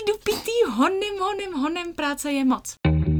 dupitý, honem, práce je moc.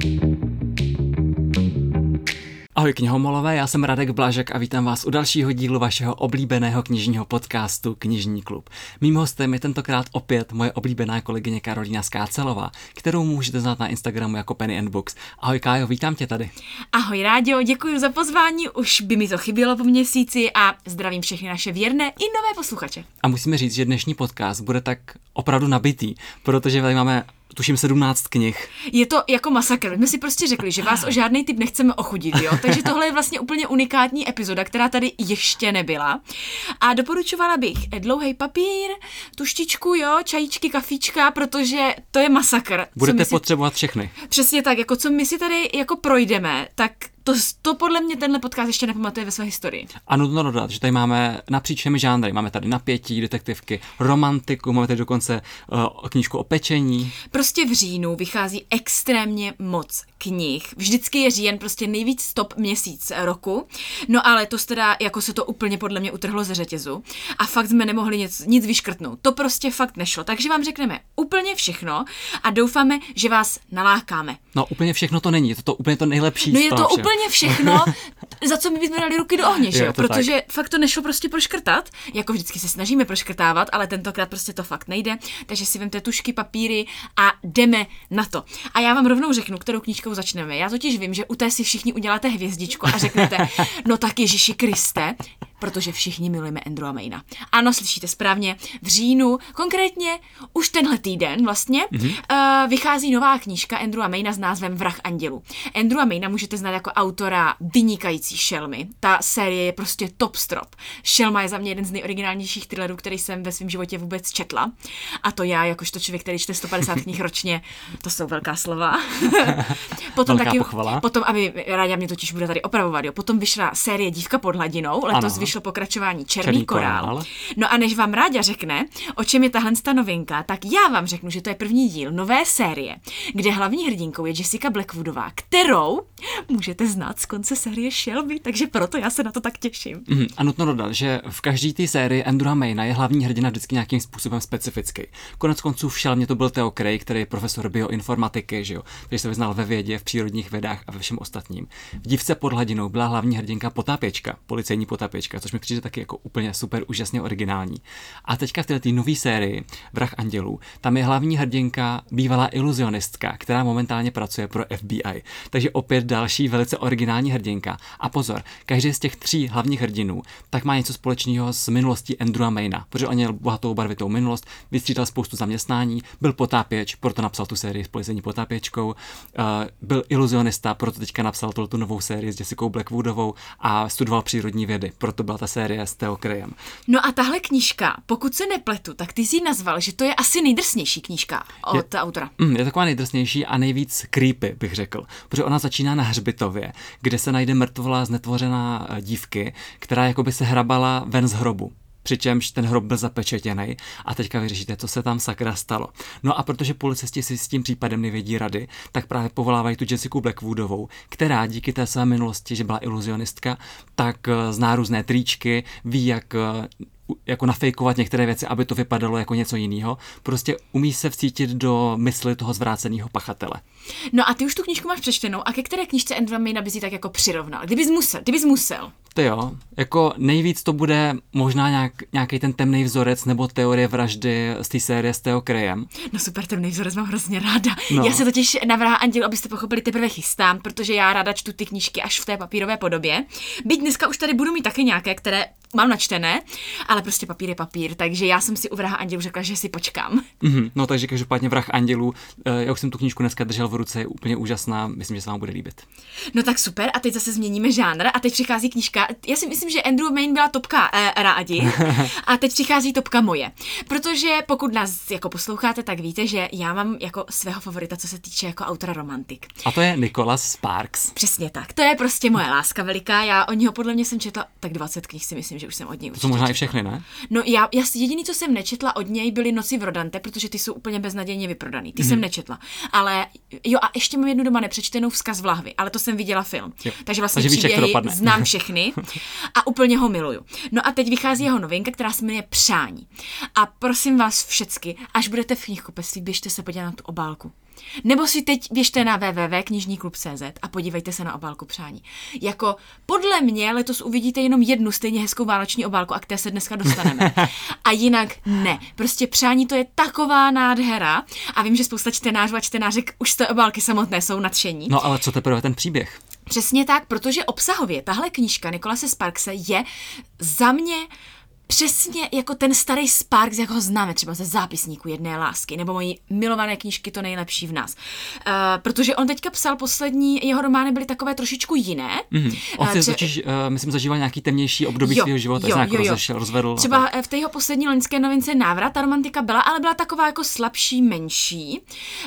Ahoj knihomolové, já jsem Radek Blažek a vítám vás u dalšího dílu vašeho oblíbeného knižního podcastu Knižní klub. Mým hostem je tentokrát opět moje oblíbená kolegyně Karolína Skácelová, kterou můžete znát na Instagramu jako Penny and Books. Ahoj Kájo, vítám tě tady. Ahoj Ráďo, děkuji za pozvání, už by mi to chybělo po měsíci a zdravím všechny naše věrné i nové posluchače. A musíme říct, že dnešní podcast bude tak opravdu nabitý, protože tady máme tuším 17 knih. Je to jako masakr. My si prostě řekli, že vás o žádný typ nechceme ochudit, jo? Takže tohle je vlastně úplně unikátní epizoda, která tady ještě nebyla. A doporučovala bych dlouhý papír, tuštičku, jo, čajíčky, kafíčka, protože to je masakr. Budete potřebovat všechny. Přesně tak, jako co my si tady jako projdeme, tak to podle mě tenhle podcast ještě nepamatuje ve své historii. A nutno dodat, že tady máme napříč všemi žánry. Máme tady napětí, detektivky, romantiku, máme tady dokonce knížku o pečení. Prostě v říjnu vychází extrémně moc knih. Vždycky je říjen prostě nejvíc top měsíc roku. No ale to teda jako se to úplně podle mě utrhlo ze řetězu. A fakt jsme nemohli nic vyškrtnout. To prostě fakt nešlo. Takže vám řekneme úplně všechno a doufáme, že vás nalákáme. No úplně všechno to není, je to úplně to nejlepší. No je to úplně všechno, za co my bychom dali ruky do ohně, že jo? Protože tak. Fakt to nešlo prostě proškrtat, jako vždycky se snažíme proškrtávat, ale tentokrát prostě to fakt nejde, takže si vemte tušky, papíry a jdeme na to. A já vám rovnou řeknu, kterou knížkou začneme. Já totiž vím, že u té si všichni uděláte hvězdičku a řeknete, no tak Ježiši Kriste, protože všichni milujeme Andrewa Mayna. Ano, slyšíte správně, v říjnu, konkrétně už tenhle týden vlastně, vychází nová knížka Andrewa Mayna s názvem Vrah andělů. Andrewa Mayna můžete znát jako autora vynikající Šelmy. Ta série je prostě top strop. Šelma je za mě jeden z nejoriginálnějších thrillerů, který jsem ve svém životě vůbec četla. A to já, jakožto člověk, který čte 150 knih ročně, to jsou velká slova. Potom velká taky, pochvala. potom, aby Ráďa mě totiž bude tady opravovat, jo. Potom vyšla série Dívka pod hladinou, letos vyšlo pokračování Černý korál. No a než vám Ráďa řekne, o čem je tahle novinka, tak já vám řeknu, že to je první díl nové série, kde hlavní hrdinkou je Jessica Blackwoodová, kterou můžete znát z konce série Shelby, takže proto já se na to tak těším. A nutno dodat, že v každé té sérii Andrewa Mayna je hlavní hrdina vždycky nějakým způsobem specifický. Konec konců v Shelmě to byl Theo Craig, který je profesor bioinformatiky, že jo, který se vyznal ve vědě, v přírodních vědách a ve všem ostatním. V Dívce pod hladinou byla hlavní hrdinka potápěčka, policejní potápěčka, což mi přijde taky jako úplně super úžasně originální. A teďka v této nové sérii Vrah andělů, tam je hlavní hrdinka bývalá iluzionistka, která momentálně pracuje pro FBI. Takže opět další velice originální hrdinka. A pozor, každý z těch 3 hlavních hrdinů tak má něco společného s minulostí Andrewa Mayna, protože on měl bohatou barvitou minulost, vystřídal spoustu zaměstnání, byl potápěč, proto napsal tu sérii s policejní potápěčkou, byl iluzionista, proto teďka napsal tu novou sérii s Jessicou Blackwoodovou a studoval přírodní vědy, proto byla ta série s Theo Craigem. No a tahle knížka, pokud se nepletu, tak ty jsi ji nazval, že to je asi nejdrsnější knížka od autora. Je taková nejdrsnější a nejvíc creepy, bych řekl, protože ona začíná na hřbitově, kde se najde mrtvola znetvořená dívky, která jakoby se hrabala ven z hrobu. Přičemž ten hrob byl zapečetěný a teďka vyřešíte, co se tam sakra stalo. No a protože policisti si s tím případem nevědí rady, tak právě povolávají tu Jessicu Blackwoodovou, která díky té své minulosti, že byla iluzionistka, tak zná různé tričky, ví, jak jako nafejkovat některé věci, aby to vypadalo jako něco jiného. Prostě umí se vcítit do mysli toho zvráceného pachatele. No a ty už tu knížku máš přečtenou a ke které knížce Andrewa Mayna bys ji tak jako přirovnal? Kdybys musel. To jo, jako nejvíc to bude možná nějaký ten temný vzorec nebo teorie vraždy z té série s Theo Craigem. No super, temný vzorec mám hrozně ráda. No. Já se totiž na Vraha andělů, abyste pochopili, teprve chystám, protože já ráda čtu ty knížky až v té papírové podobě. Byť dneska už tady budu mít taky nějaké, které mám načtené, ale prostě papír je papír, takže já jsem si u Vraha andělů řekla, že si počkám. No takže každopádně Vrah andělů, já už jsem tu knížku dneska držel v ruce, je úplně úžasná, myslím, že se vám bude líbit. No tak super, a teď zase změníme žánr a teď přichází knížka, já si myslím, že Andrew Mayne byla topka rádi a teď přichází topka moje, protože pokud nás jako posloucháte, tak víte, že já mám jako svého favorita, co se týče jako autora romantik. A to je Nicholas Sparks. Přesně tak, to je prostě moje láska veliká, já o něho podle mě jsem četla tak 20 knih, si myslím, myslím, že už jsem od něj To jsou možná i všechny, ne? No já jediný, co jsem nečetla od něj, byly Noci v Rodante, protože ty jsou úplně beznadějně vyprodaný. Ty jsem nečetla. Ale jo, a ještě mám jednu doma nepřečtenou Vzkaz v lahvi, ale to jsem viděla film. Jo. Takže vlastně víš, příběhy znám všechny a úplně ho miluju. No a teď vychází jeho novinka, která se jmenuje Přání. A prosím vás všecky, až budete v knihkupectví, běžte se podívat na tu obálku. Nebo si teď běžte na www.knižníklub.cz a podívejte se na obálku Přání. Jako podle mě letos uvidíte jenom jednu stejně hezkou vánoční obálku, a k té se dneska dostaneme. A jinak ne. Prostě Přání to je taková nádhera a vím, že spousta čtenářů a čtenářek už z té obálky samotné jsou nadšení. No ale co teprve ten příběh? Přesně tak, protože obsahově tahle knížka Nicholase Sparkse je za mě přesně jako ten starý Sparks, jak ho známe třeba ze Zápisníku jedné lásky, nebo mojí milované knížky To nejlepší v nás. Protože on teďka psal poslední, jeho romány byly takové trošičku jiné. On si totiž, myslím, zažíval nějaký temnější období svého života, se nějak rozvedl. Třeba v té jeho poslední loňské novince Návrat, ta romantika byla, ale byla taková jako slabší, menší.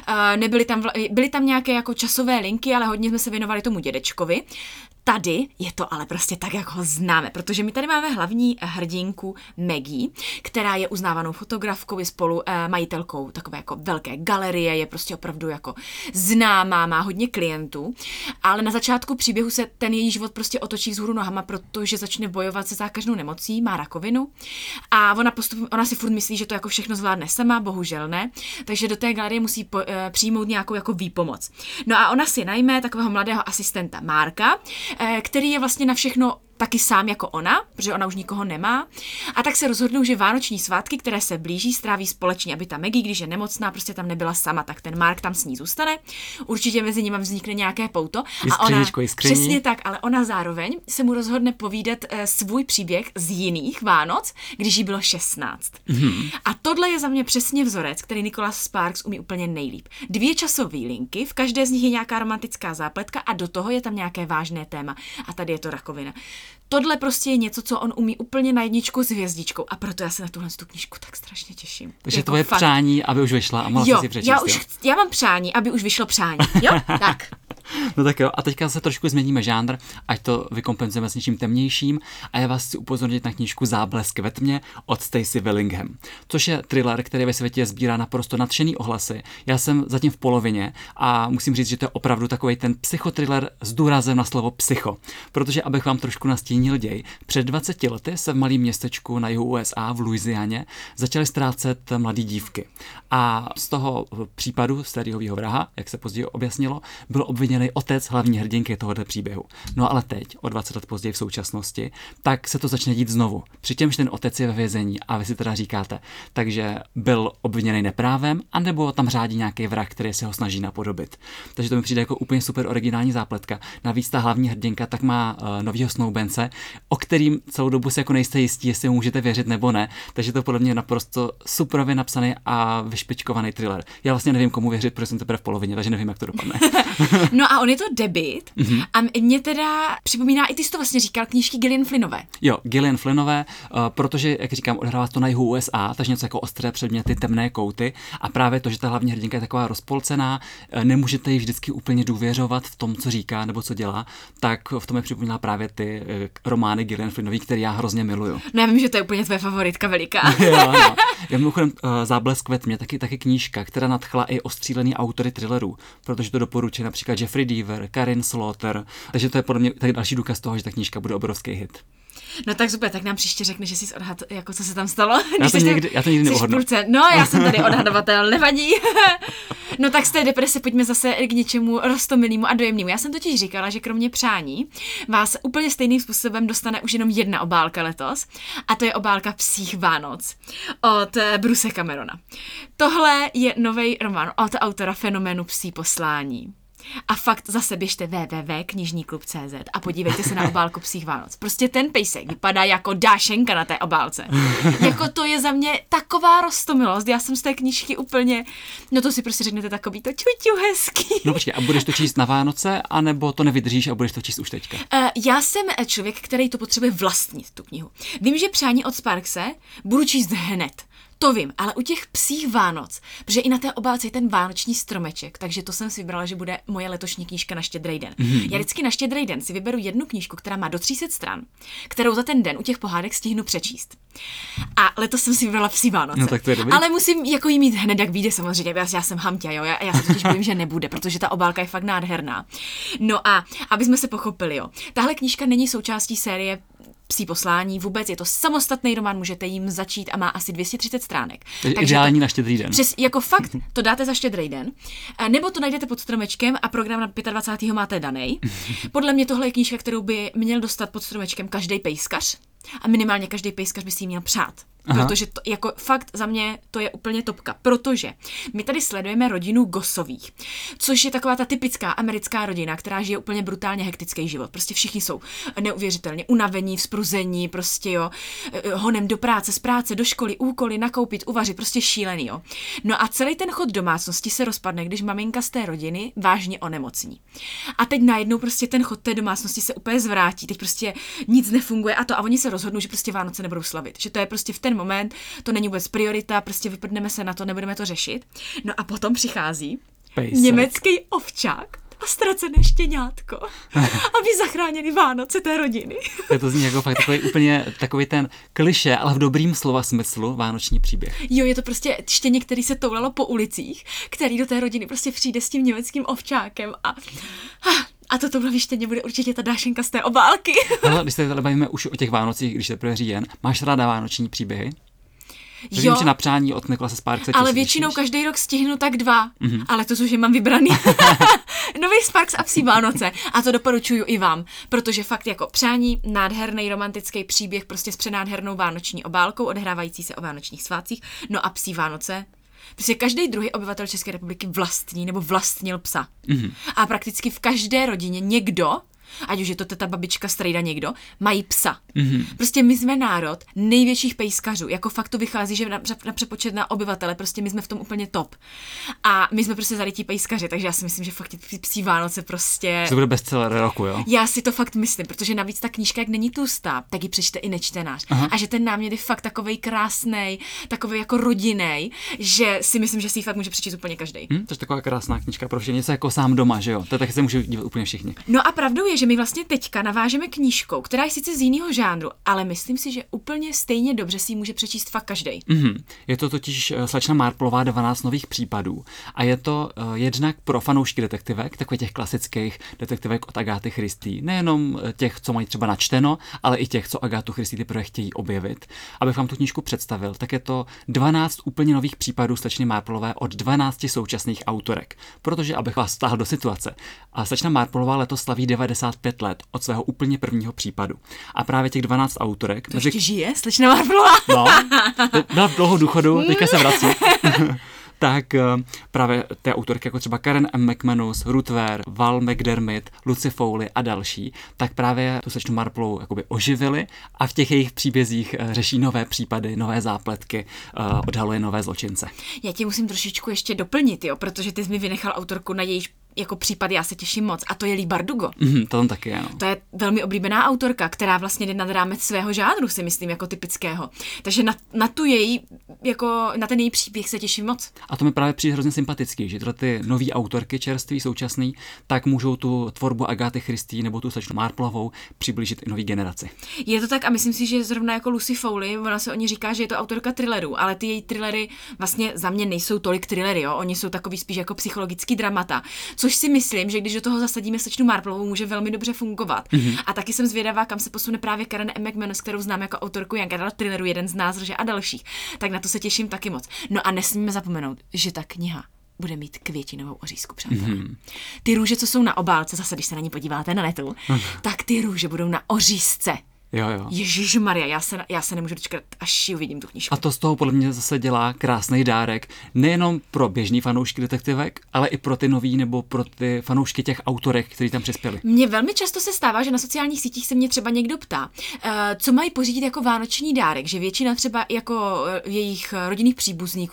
Byly tam nějaké jako časové linky, ale hodně jsme se věnovali tomu dědečkovi. Tady je to ale prostě tak, jak ho známe, protože my tady máme hlavní hrdinku Maggie, která je uznávanou fotografkou, je spolu majitelkou takové jako velké galerie, je prostě opravdu jako známá, má hodně klientů, ale na začátku příběhu se ten její život prostě otočí vzhůru nohama, protože začne bojovat se zákeřnou nemocí, má rakovinu a ona si furt myslí, že to jako všechno zvládne sama, bohužel ne, takže do té galerie musí přijmout nějakou jako výpomoc. No a ona si najme takového mladého asistenta Marka, který je vlastně na všechno taky sám jako ona, protože ona už nikoho nemá. A tak se rozhodnou, že vánoční svátky, které se blíží, stráví společně, aby ta Maggie, když je nemocná, prostě tam nebyla sama, tak ten Mark tam s ní zůstane. Určitě mezi nimi vznikne nějaké pouto. A ona přesně tak, ale ona zároveň se mu rozhodne povídat svůj příběh z jiných Vánoc, když jí bylo 16. A tohle je za mě přesně vzorec, který Nicholas Sparks umí úplně nejlíp. 2 časové linky, v každé z nich je nějaká romantická zápletka a do toho je tam nějaké vážné téma. A tady je to rakovina. Tohle prostě je něco, co on umí úplně na jedničku s hvězdičkou a proto já se na tuhle knížku tak strašně těším. Takže jako tvoje přání, aby už vyšla a mohla si přečíst. Já mám přání, aby už vyšlo Přání. Jo, tak. No tak jo, a teďka se trošku změníme žánr, ať to vykompenzujeme s něčím temnějším a já vás chci upozornit na knížku Záblesk ve tmě od Stacey Willingham, což je thriller, který ve světě sbírá naprosto nadšený ohlasy. Já jsem zatím v polovině a musím říct, že to je opravdu takovej ten psychotriller s důrazem na slovo psycho, protože abych vám trošku nastínil děj, před 20 lety se v malém městečku na jihu USA v Louisianě začaly ztrácet mladé dívky. A z toho případu sériového vraha, jak se později objasnilo, byl obviněný otec hlavní hrdinky tohoto příběhu. No ale teď, o 20 let později v současnosti, tak se to začne dít znovu. Přičemž ten otec je ve vězení a vy si teda říkáte, takže byl obviněný neprávem, anebo tam řádí nějaký vrah, který se ho snaží napodobit. Takže to mi přijde jako úplně super originální zápletka. Navíc ta hlavní hrdinka tak má novýho snoubence, o kterým celou dobu se jako nejste jistí, jestli mu můžete věřit nebo ne. Takže to podle mě je naprosto superově napsaný a vyšpičkovaný thriller. Já vlastně nevím, komu věřit, protože jsem teprve v polovině, takže nevím, jak to dopadne. No a on je to debut a mě teda připomíná, i ty jsi to vlastně říkal, knížky Gillian Flynnové. Jo, Gillian Flynnové, protože, jak říkám, odehrává to na jihu USA, takže něco jako ostré předměty, temné kouty a právě to, že ta hlavní hrdinka je taková rozpolcená, nemůžete jí vždycky úplně důvěřovat v tom, co říká nebo co dělá, tak v tom je připomíná právě ty romány Gillian Flynnový, který já hrozně miluju. No já vím, že to je úplně tvoje favoritka veliká. Jo, no. Já mimochodem Záblesk ve tmě, taky knížka, která nadchla i ostřílený autory thrillerů, protože to doporučuje například Jeffrey Deaver, Karin Slaughter, takže to je podle mě tak další důkaz toho, že ta knížka bude obrovský hit. No tak super, tak nám příště řekne, že jsi odhad, jako co se tam stalo. Já to nikdy neohodnu. No, já jsem tady odhadovatel, nevadí. No tak z té deprese pojďme zase k něčemu roztomilému a dojemnému. Já jsem totiž říkala, že kromě Přání vás úplně stejným způsobem dostane už jenom jedna obálka letos a to je obálka Psích Vánoc od Bruce Camerona. Tohle je nový román od autora fenoménu Psí poslání. A fakt zase běžte www.knižníklub.cz a podívejte se na obálku Psích Vánoc. Prostě ten pejsek vypadá jako dášenka na té obálce. Jako to je za mě taková roztomilost. Já jsem z té knížky úplně, no to si prostě řeknete takový to čuťu hezký. No počkej, a budeš to číst na Vánoce, anebo to nevydržíš a budeš to číst už teďka? Já jsem člověk, který to potřebuje vlastnit, tu knihu. Vím, že Přání od Sparkse budu číst hned. To vím, ale u těch psích Vánoc, protože i na té obálce je ten vánoční stromeček, takže to jsem si vybrala, že bude moje letošní knížka na Štědrý den. Já vždycky na Štědrý den si vyberu jednu knížku, která má do 300 stran, kterou za ten den u těch pohádek stihnu přečíst. A letos jsem si vybrala Psí Vánoce. No, tak to je dobrý. Ale musím jako jí mít hned, jak vyjde samozřejmě. Já jsem hamťa, jo. Já se totiž bojím, že nebude, protože ta obálka je fakt nádherná. No a aby jsme se pochopili, jo. Tahle knížka není součástí série Psí poslání, vůbec je to samostatný román, můžete jim začít a má asi 230 stránek. Takže ideální na Štědrý den. Jako fakt to dáte za Štědrý den, nebo to najdete pod stromečkem a program na 25. máte danej. Podle mě tohle je knížka, kterou by měl dostat pod stromečkem každý pejskař a minimálně každý pejskař by si ji měl přát. Aha. Protože to, jako fakt za mě to je úplně topka, protože my tady sledujeme rodinu Gossových, což je taková ta typická americká rodina, která žije úplně brutálně hektický život. Prostě všichni jsou neuvěřitelně unavení, vzpruzení, prostě jo, honem do práce, z práce do školy, úkoly, nakoupit, uvařit, prostě šílený, jo. No a celý ten chod domácnosti se rozpadne, když maminka z té rodiny vážně onemocní. A teď najednou prostě ten chod té domácnosti se úplně zvrátí, teď prostě nic nefunguje a oni se rozhodnou, že prostě Vánoce nebudou slavit, že to je prostě v ten moment, to není vůbec priorita, prostě vyprdneme se na to, nebudeme to řešit. No a potom přichází německý ovčák a ztracené štěňátko, aby zachránili Vánoce té rodiny. To zní jako fakt takový ten klišé, ale v dobrým slova smyslu vánoční příběh. Jo, je to prostě štěně, který se toulalo po ulicích, který do té rodiny prostě přijde s tím německým ovčákem a to tohle štěně bude určitě ta Dášenka z té obálky. Ale když se tady bavíme už o těch Vánocích, když je teprve říjen, máš ráda vánoční příběhy? Jo, vím, že na přání od Nikolase Sparkse. ale většinou každý rok stihnu tak 2, ale to, že mám vybraný. Nový Sparks a Psí Vánoce. A to doporučuju i vám, protože fakt jako přání, nádherný romantický příběh prostě s přenádhernou vánoční obálkou, odehrávající se o vánočních svátcích, no a Psí Vánoce. Prostě každý druhý obyvatel České republiky vlastní nebo vlastnil psa. A prakticky v každé rodině někdo, ať už je to teta, babička, strejda, někdo, mají psa. Prostě my jsme národ největších pejskařů. Jako fakt to vychází, že na přepočet na obyvatele, prostě my jsme v tom úplně top. A my jsme prostě zarytí pejskaři, takže já si myslím, že fakt Psí Vánoce prostě... To bude bestseller roku, jo? Já si to fakt myslím, protože navíc ta knížka, jak není tlustá, tak ji přečte i nečtenář. Aha. A že ten námět je fakt takovej krásnej, takovej jako rodinnej, že si myslím, že si ji fakt může přečíst úplně každý. To je taková krásná knížka pro všechny, něco jako Sám doma, že jo? To taky se může dívat úplně všichni. No a pravdou je, že my vlastně teďka navážeme knížkou, která je sice z jiného žánru, ale myslím si, že úplně stejně dobře si ji může přečíst fakt každý. Je to totiž slečna Marplová 12 nových případů a je to jednak pro fanoušky detektivek, takových těch klasických detektivek od Agáty Christie, nejenom těch, co mají třeba načteno, ale i těch, co Agátu Christie teprve chtějí objevit. Abych vám tu knížku představil, tak je to 12 úplně nových případů slečny Marplové od 12 současných autorek. Protože abych vás vtáhl do situace, a slečna Marplová letos slaví 95 let od svého úplně prvního případu. A právě těch 12 autorek... To ještě žije, slečna Marplová? No, byla v dlouho důchodu, teďka se vrací. Tak právě té autorky, jako třeba Karen M. McManus, Ruth Ware, Val McDermott, Lucy Foley a další, tak právě tu slečnu Marplovou jakoby oživili a v těch jejich příbězích řeší nové případy, nové zápletky, odhaluje nové zločince. Já ti musím trošičku ještě doplnit, jo, protože ty jsi mi vynechal autorku, na jejíž jako případ já se těším moc, a to je Leigh Bardugo. To tam taky je, no. To je velmi oblíbená autorka, která vlastně jde nad rámec svého žánru, si myslím, jako typického. Takže na tu její, jako na ten její příběh se těším moc. A to mi právě přijde hrozně sympatický, že tyhle ty nový autorky čerství, současný, tak můžou tu tvorbu Agáty Christie nebo tu slečnu Marplovou přiblížit i nový generaci. Je to tak a myslím si, že zrovna jako Lucy Foley, ona se o ní říká, že je to autorka thrillerů, ale ty její thrillery vlastně za mě nejsou tolik thrillery, jo? Oni jsou takový spíš jako psychologický dramata. Což si myslím, že když do toho zasadíme slečnu Marplovou, může velmi dobře fungovat. A taky jsem zvědavá, kam se posune právě Karen M. McManus, kterou znám jako autorku Young Adult thrilleru Jeden z nás a dalších. Tak na to se těším taky moc. No a nesmíme zapomenout, že ta kniha bude mít květinovou ořízku, přátelé. Ty růže, co jsou na obálce, zase když se na ní podíváte na netu, tak ty růže budou na ořízce. Jo. Ježišmarja, já se nemůžu dočkat, až ji uvidím tu knížku. A to z toho podle mě zase dělá krásný dárek, nejenom pro běžný fanoušky detektivek, ale i pro ty nový nebo pro ty fanoušky těch autorek, kteří tam přispěli. Mně velmi často se stává, že na sociálních sítích se mě třeba někdo ptá, co mají pořídit jako vánoční dárek, že většina třeba jako jejich rodinných příbuzníků nebo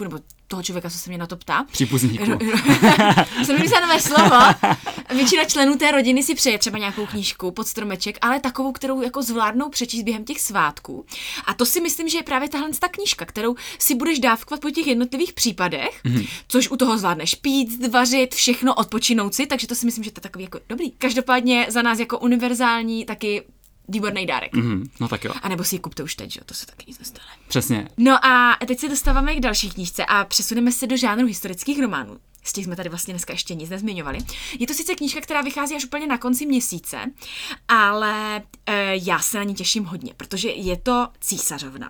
toho člověka, co se mě na to ptá. Příbuzníku. Jsem vymyslela nové slovo. Většina členů té rodiny si přeje třeba nějakou knížku pod stromeček, ale takovou, kterou jako zvládnou přečíst během těch svátků. A to si myslím, že je právě tahle ta knížka, kterou si budeš dávkovat po těch jednotlivých případech, což u toho zvládneš pít, vařit, všechno, odpočinout si, takže to si myslím, že to je takový jako dobrý. Každopádně za nás jako univerzální taky výborný dárek. No tak jo. A nebo si ji kupte už teď, že jo, to se taky nic nestane. Přesně. No a teď se dostáváme k další knížce a přesuneme se do žánru historických románů. Z těch jsme tady vlastně dneska ještě nic nezmiňovali. Je to sice knížka, která vychází až úplně na konci měsíce, ale já se na ní těším hodně, protože je to Císařovna.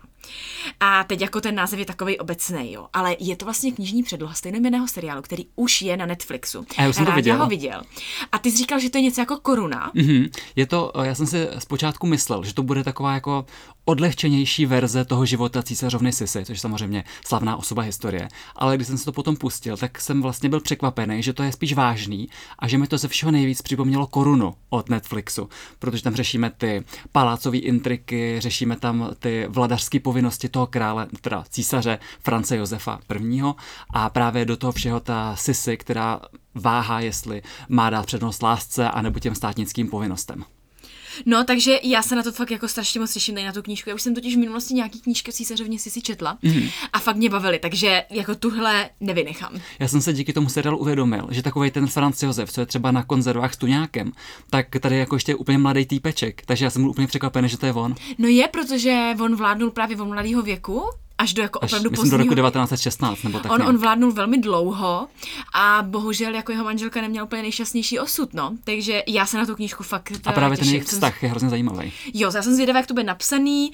A teď jako ten název je takovej obecnej, jo, ale je to vlastně knižní předloha stejnojmenného seriálu, který už je na Netflixu. A já už jsem to viděl. Ho viděl. A ty jsi říkal, že to je něco jako Koruna. Je to, já jsem si zpočátku myslel, že to bude taková jako odlehčenější verze toho života císařovny Sisy, což je samozřejmě slavná osoba historie. Ale když jsem se to potom pustil, tak jsem vlastně byl překvapený, že to je spíš vážný a že mi to ze všeho nejvíc připomnělo Korunu od Netflixu, protože tam řešíme ty palácové intriky, řešíme tam ty vladařské povinnosti toho krále, teda císaře France Josefa I. A právě do toho všeho ta Sisy, která váhá, jestli má dát přednost lásce anebo těm státnickým povinnostem. No, takže já se na to fakt jako strašně moc těším na tu knížku. Já už jsem totiž v minulosti nějaký knížky císařovně si četla a fakt mě bavily, takže jako tuhle nevynechám. Já jsem se díky tomu seriálu uvědomil, že takovej ten Franz Josef, co je třeba na konzervách s tuňákem, tak tady jako ještě úplně mladý týpeček, takže já jsem byl úplně překvapený, že to je on. No je, protože on vládnul právě od mladého věku. Až do jako opravdu myslím do roku 1916 nebo tak. On vládnul velmi dlouho a bohužel jako jeho manželka neměla úplně nejšťastnější osud, no. Takže já se na tu knížku fakt a právě těším. Ten jejich vztah je hrozně zajímavý. Jo, já jsem zvědavá, jak to bude napsaný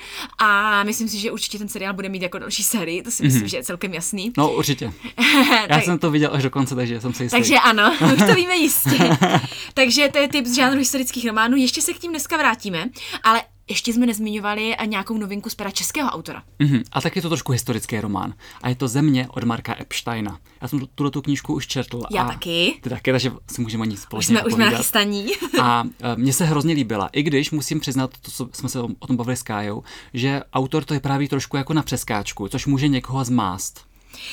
a myslím si, že určitě ten seriál bude mít jako další sérii, to si myslím, že je celkem jasný. No určitě. Já jsem to viděl až do konce, takže jsem si jistý. Takže ano, už to víme jistě. Takže to je typ z žánru historických románů, ještě se k tím dneska vrátíme, ale ještě jsme nezmiňovali nějakou novinku z pera českého autora. A tak je to trošku historický román. A je to Země od Marka Epsteina. Já jsem tu knížku už četl. Já taky. Ty taky, takže si můžeme o ní společně Už jsme nachystaní. A mně se hrozně líbila. I když musím přiznat, to, co jsme se o tom bavili s Kájou, že autor to je právě trošku jako na přeskáčku, což může někoho zmást.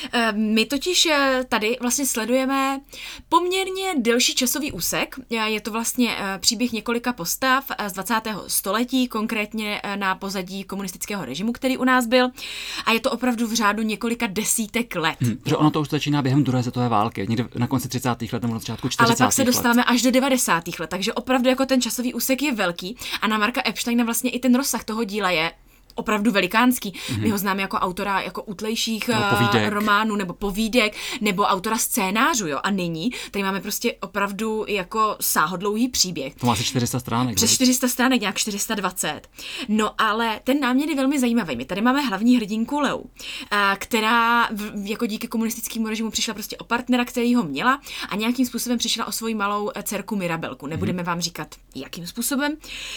My totiž tady vlastně sledujeme poměrně delší časový úsek. Je to vlastně příběh několika postav z 20. století, konkrétně na pozadí komunistického režimu, který u nás byl. A je to opravdu v řádu několika desítek let. Že ono to už začíná během druhé světové války, někde na konci 30. let nebo na začátku 40. Ale pak se let. dostáváme až do 90. let, takže opravdu jako ten časový úsek je velký. A na Marka Epsteina vlastně i ten rozsah toho díla je opravdu velikánský. My ho známe jako autora jako útlejších románů nebo povídek, nebo autora scénářů, jo. A nyní tady máme prostě opravdu jako sáhodlouhý příběh. To má asi 400 stránek. Přes 400 stránek, nějak 420. No ale ten námět je velmi zajímavý. My tady máme hlavní hrdinku Leu, která jako díky komunistickému režimu přišla prostě o partnera, který ho měla a nějakým způsobem přišla o svoji malou dcerku Mirabelku. Nebudeme vám říkat, jakým způsobem.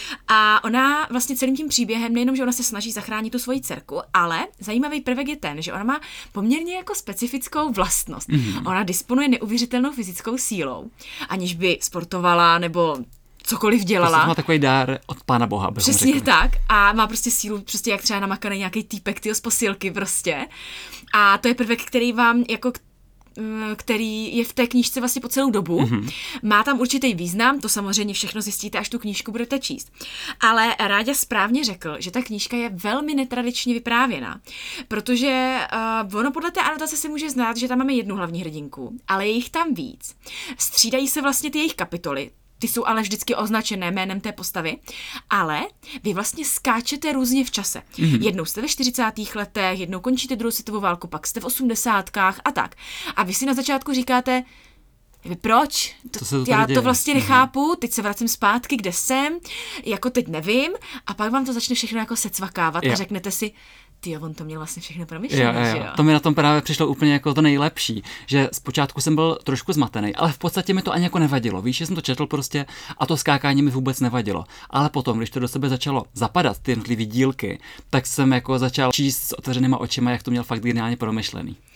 A ona vlastně celým tím příběhem, nejenom, že ona se snaží zachránit tu svoji dcerku, ale zajímavý prvek je ten, že ona má poměrně jako specifickou vlastnost. Ona disponuje neuvěřitelnou fyzickou sílou, aniž by sportovala nebo cokoliv dělala. To má takový dár od Pána Boha. Přesně tak. A má prostě sílu, prostě jak třeba namakaný nějaký týpek z posilky prostě. A to je prvek, který vám jako který je v té knížce vlastně po celou dobu. Má tam určitý význam, to samozřejmě všechno zjistíte, až tu knížku budete číst. Ale Ráďa správně řekl, že ta knížka je velmi netradičně vyprávěná, protože ono podle té anotace se může znát, že tam máme jednu hlavní hrdinku, ale je jich tam víc. Střídají se vlastně ty jejich kapitoly, ty jsou ale vždycky označené jménem té postavy, ale vy vlastně skáčete různě v čase. Jednou jste ve 40. letech, jednou končíte druhou světovou válku, pak jste v 80. a tak. A vy si na začátku říkáte, proč? Já to vlastně nechápu, teď se vracím zpátky, kde jsem, jako teď nevím, a pak vám to začne všechno jako secvakávat a řeknete si, tyjo, on to měl vlastně všechno promyšlené, že jo? To mi na tom právě přišlo úplně jako to nejlepší, že zpočátku jsem byl trošku zmatený, ale v podstatě mi to ani jako nevadilo. Víš, že jsem to četl prostě a to skákání mi vůbec nevadilo. Ale potom, když to do sebe začalo zapadat, ty jednotlivý dílky, tak jsem jako začal číst s otevřenýma očima, jak to měl fakt geniálně promyšlený.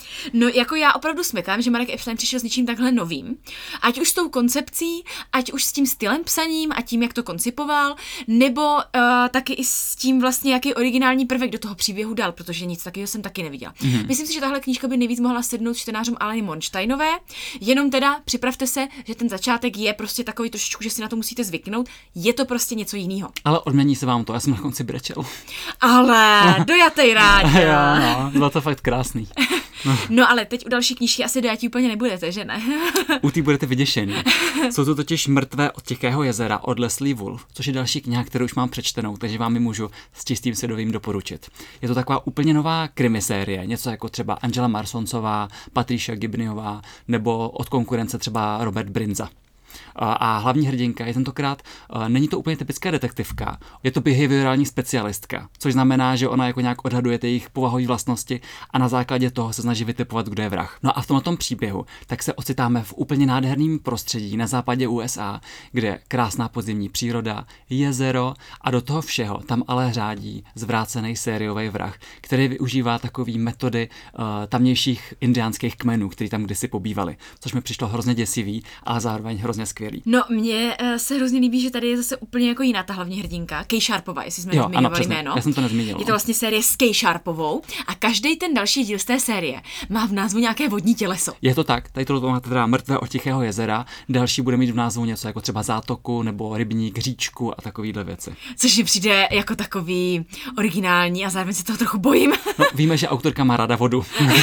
No jako já opravdu smekám, že Marek Epstein přišel s něčím takhle novým. Ať už s tou koncepcí, ať už s tím stylem psaním a tím, jak to koncipoval, nebo taky i s tím vlastně, jaký originální prvek do toho příběhu dal, protože nic takového jsem taky neviděla. Myslím si, že tahle knížka by nejvíc mohla sednout čtenářům Aleny Monštejnové, jenom teda připravte se, že ten začátek je prostě takový trošičku, že si na to musíte zvyknout, je to prostě něco jiného. Ale odmění se vám to, já jsem na konci brečel. Ale dojatej rád. Jo, no, bylo to fakt krásný. No ale teď u další knížky asi dojatí úplně nebudete, že ne? U té budete vyděšení. Jsou to totiž Mrtvé od Tichého jezera od Leslie Wolf, což je další kniha, kterou už mám přečtenou, takže vám ji můžu s čistým svědomím doporučit. Je to taková úplně nová krimisérie, něco jako třeba Angela Marsoncová, Patricia Gibneyová nebo od konkurence třeba Robert Brinza. A hlavní hrdinka je tentokrát, není to úplně typická detektivka, je to behaviorální specialistka, což znamená, že ona jako nějak odhaduje jejich povahové vlastnosti a na základě toho se snaží vytipovat, kdo je vrah. No a v tomto příběhu tak se ocitáme v úplně nádherném prostředí na západě USA, kde je krásná podzimní příroda, jezero a do toho všeho tam ale řádí zvrácený sériový vrah, který využívá takové metody tamnějších indiánských kmenů, který tam kdysi pobývali, což mi přišlo hrozně děsivý, ale zároveň hrozně skvělý. No, mně se hrozně líbí, že tady je zase úplně jako jiná ta hlavní hrdinka, Kay Sharpová, jestli jsme nezmiňovali jméno. Já jsem to nezmínil. Je to vlastně série s Kay Sharpovou a každý ten další díl z té série má v názvu nějaké vodní těleso. Je to tak, tady to máte teda Mrtvé od Tichého jezera, další bude mít v názvu něco jako třeba zátoku nebo rybník, říčku a takovýhle věci. Což mi přijde jako takový originální a zároveň se toho trochu bojím. No, víme, že autorka má ráda vodu.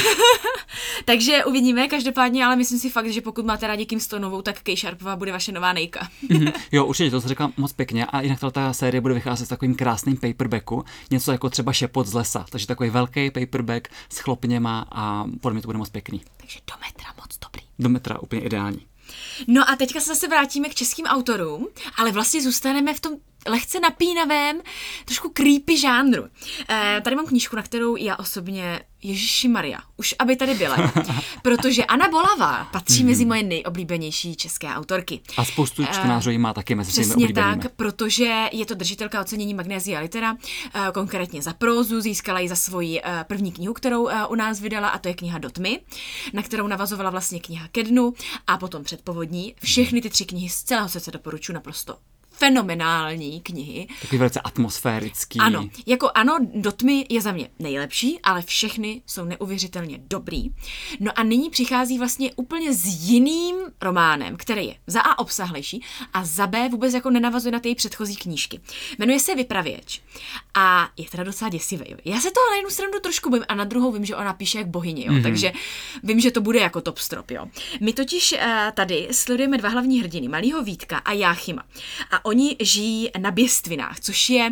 Takže uvidíme, každopádně, ale myslím si fakt, že pokud máte rádi Kim Stonovou, tak Kay Sharpová bude vaše nová Nejka. Jo, určitě, to jsi řekla moc pěkně a jinak ta série bude vycházet s takovým krásným paperbacku, něco jako třeba Šepot z lesa, takže takový velký paperback s chlopněma a podle mě to bude moc pěkný. Takže do metra moc dobrý. Do metra úplně ideální. No a teďka se zase vrátíme k českým autorům, ale vlastně zůstaneme v tom lehce napínavém, trošku creepy žánru. Tady mám knížku, na kterou já osobně, Ježišimaria, už aby tady byla, protože Anna Bolavá patří mezi moje nejoblíbenější české autorky. A spoustu čtenářů jí má taky mezi svými oblíbenými. Přesně tak, protože je to držitelka ocenění Magnesia Litera, konkrétně za prózu, získala ji za svoji první knihu, kterou u nás vydala, a to je kniha Do tmy, na kterou navazovala vlastně kniha Ke dnu a potom Předpovodní. Všechny ty 3 knihy z celého srdce doporučuji, naprosto fenomenální knihy. Takový velice atmosférický. Ano, jako ano, Do tmy je za mě nejlepší, ale všechny jsou neuvěřitelně dobrý. No a nyní přichází vlastně úplně s jiným románem, který je za A obsahlejší a za B vůbec jako nenavazuje na ty předchozí knížky. Jmenuje se Vypravěč a je teda docela děsivý. Jo. Já se toho na jednu stranu trošku bojím a na druhou vím, že ona píše jak bohyně, jo. Takže vím, že to bude jako top strop. Jo. My totiž tady sledujeme 2 hlavní hrdiny, malýho Vítka a Jáchyma. A oni žijí na Běstvinách, což je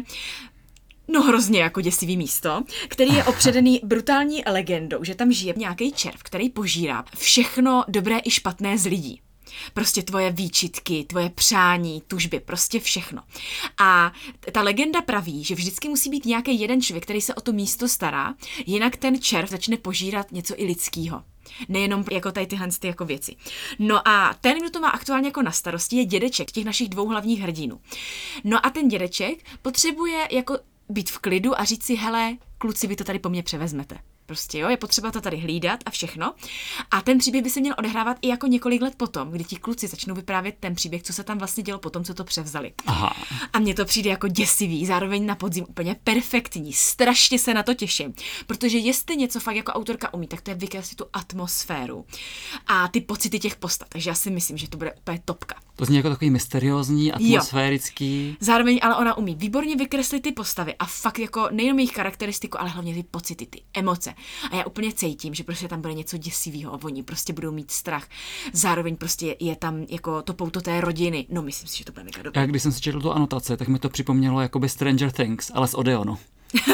hrozně jako děsivý místo, který je opředený brutální legendou, že tam žije nějaký červ, který požírá všechno dobré i špatné z lidí. Prostě tvoje výčitky, tvoje přání, tužby, prostě všechno. A ta legenda praví, že vždycky musí být nějaký jeden člověk, který se o to místo stará, jinak ten červ začne požírat něco i lidského. Nejenom jako tady tyhle jako věci. No a ten, kdo to má aktuálně jako na starosti, je dědeček těch našich 2 hlavních hrdinů. No a ten dědeček potřebuje jako být v klidu a říct si, hele, kluci, vy to tady po mně převezmete. Prostě jo, je potřeba to tady hlídat a všechno. A ten příběh by se měl odehrávat i jako několik let potom, kdy ti kluci začnou vyprávět ten příběh, co se tam vlastně dělo potom, co to převzali. Aha. A mně to přijde jako děsivý, zároveň na podzim úplně perfektní. Strašně se na to těším, protože jestli něco fakt jako autorka umí, tak to je vykreslit tu atmosféru a ty pocity těch postav. Takže já si myslím, že to bude úplně topka. To zní jako takový mysteriózní, atmosférický. Jo. Zároveň ale ona umí výborně vykreslit ty postavy a fakt jako nejenom jejich charakteristiku, ale hlavně ty pocity, ty emoce. A já úplně cítím, že prostě tam bude něco děsivého a oni prostě budou mít strach. Zároveň prostě je tam jako to pouto té rodiny. No, myslím si, že to bude mega dobré. Já když jsem si četl tu anotaci, tak mi to připomnělo jakoby Stranger Things, ale z Odeonu.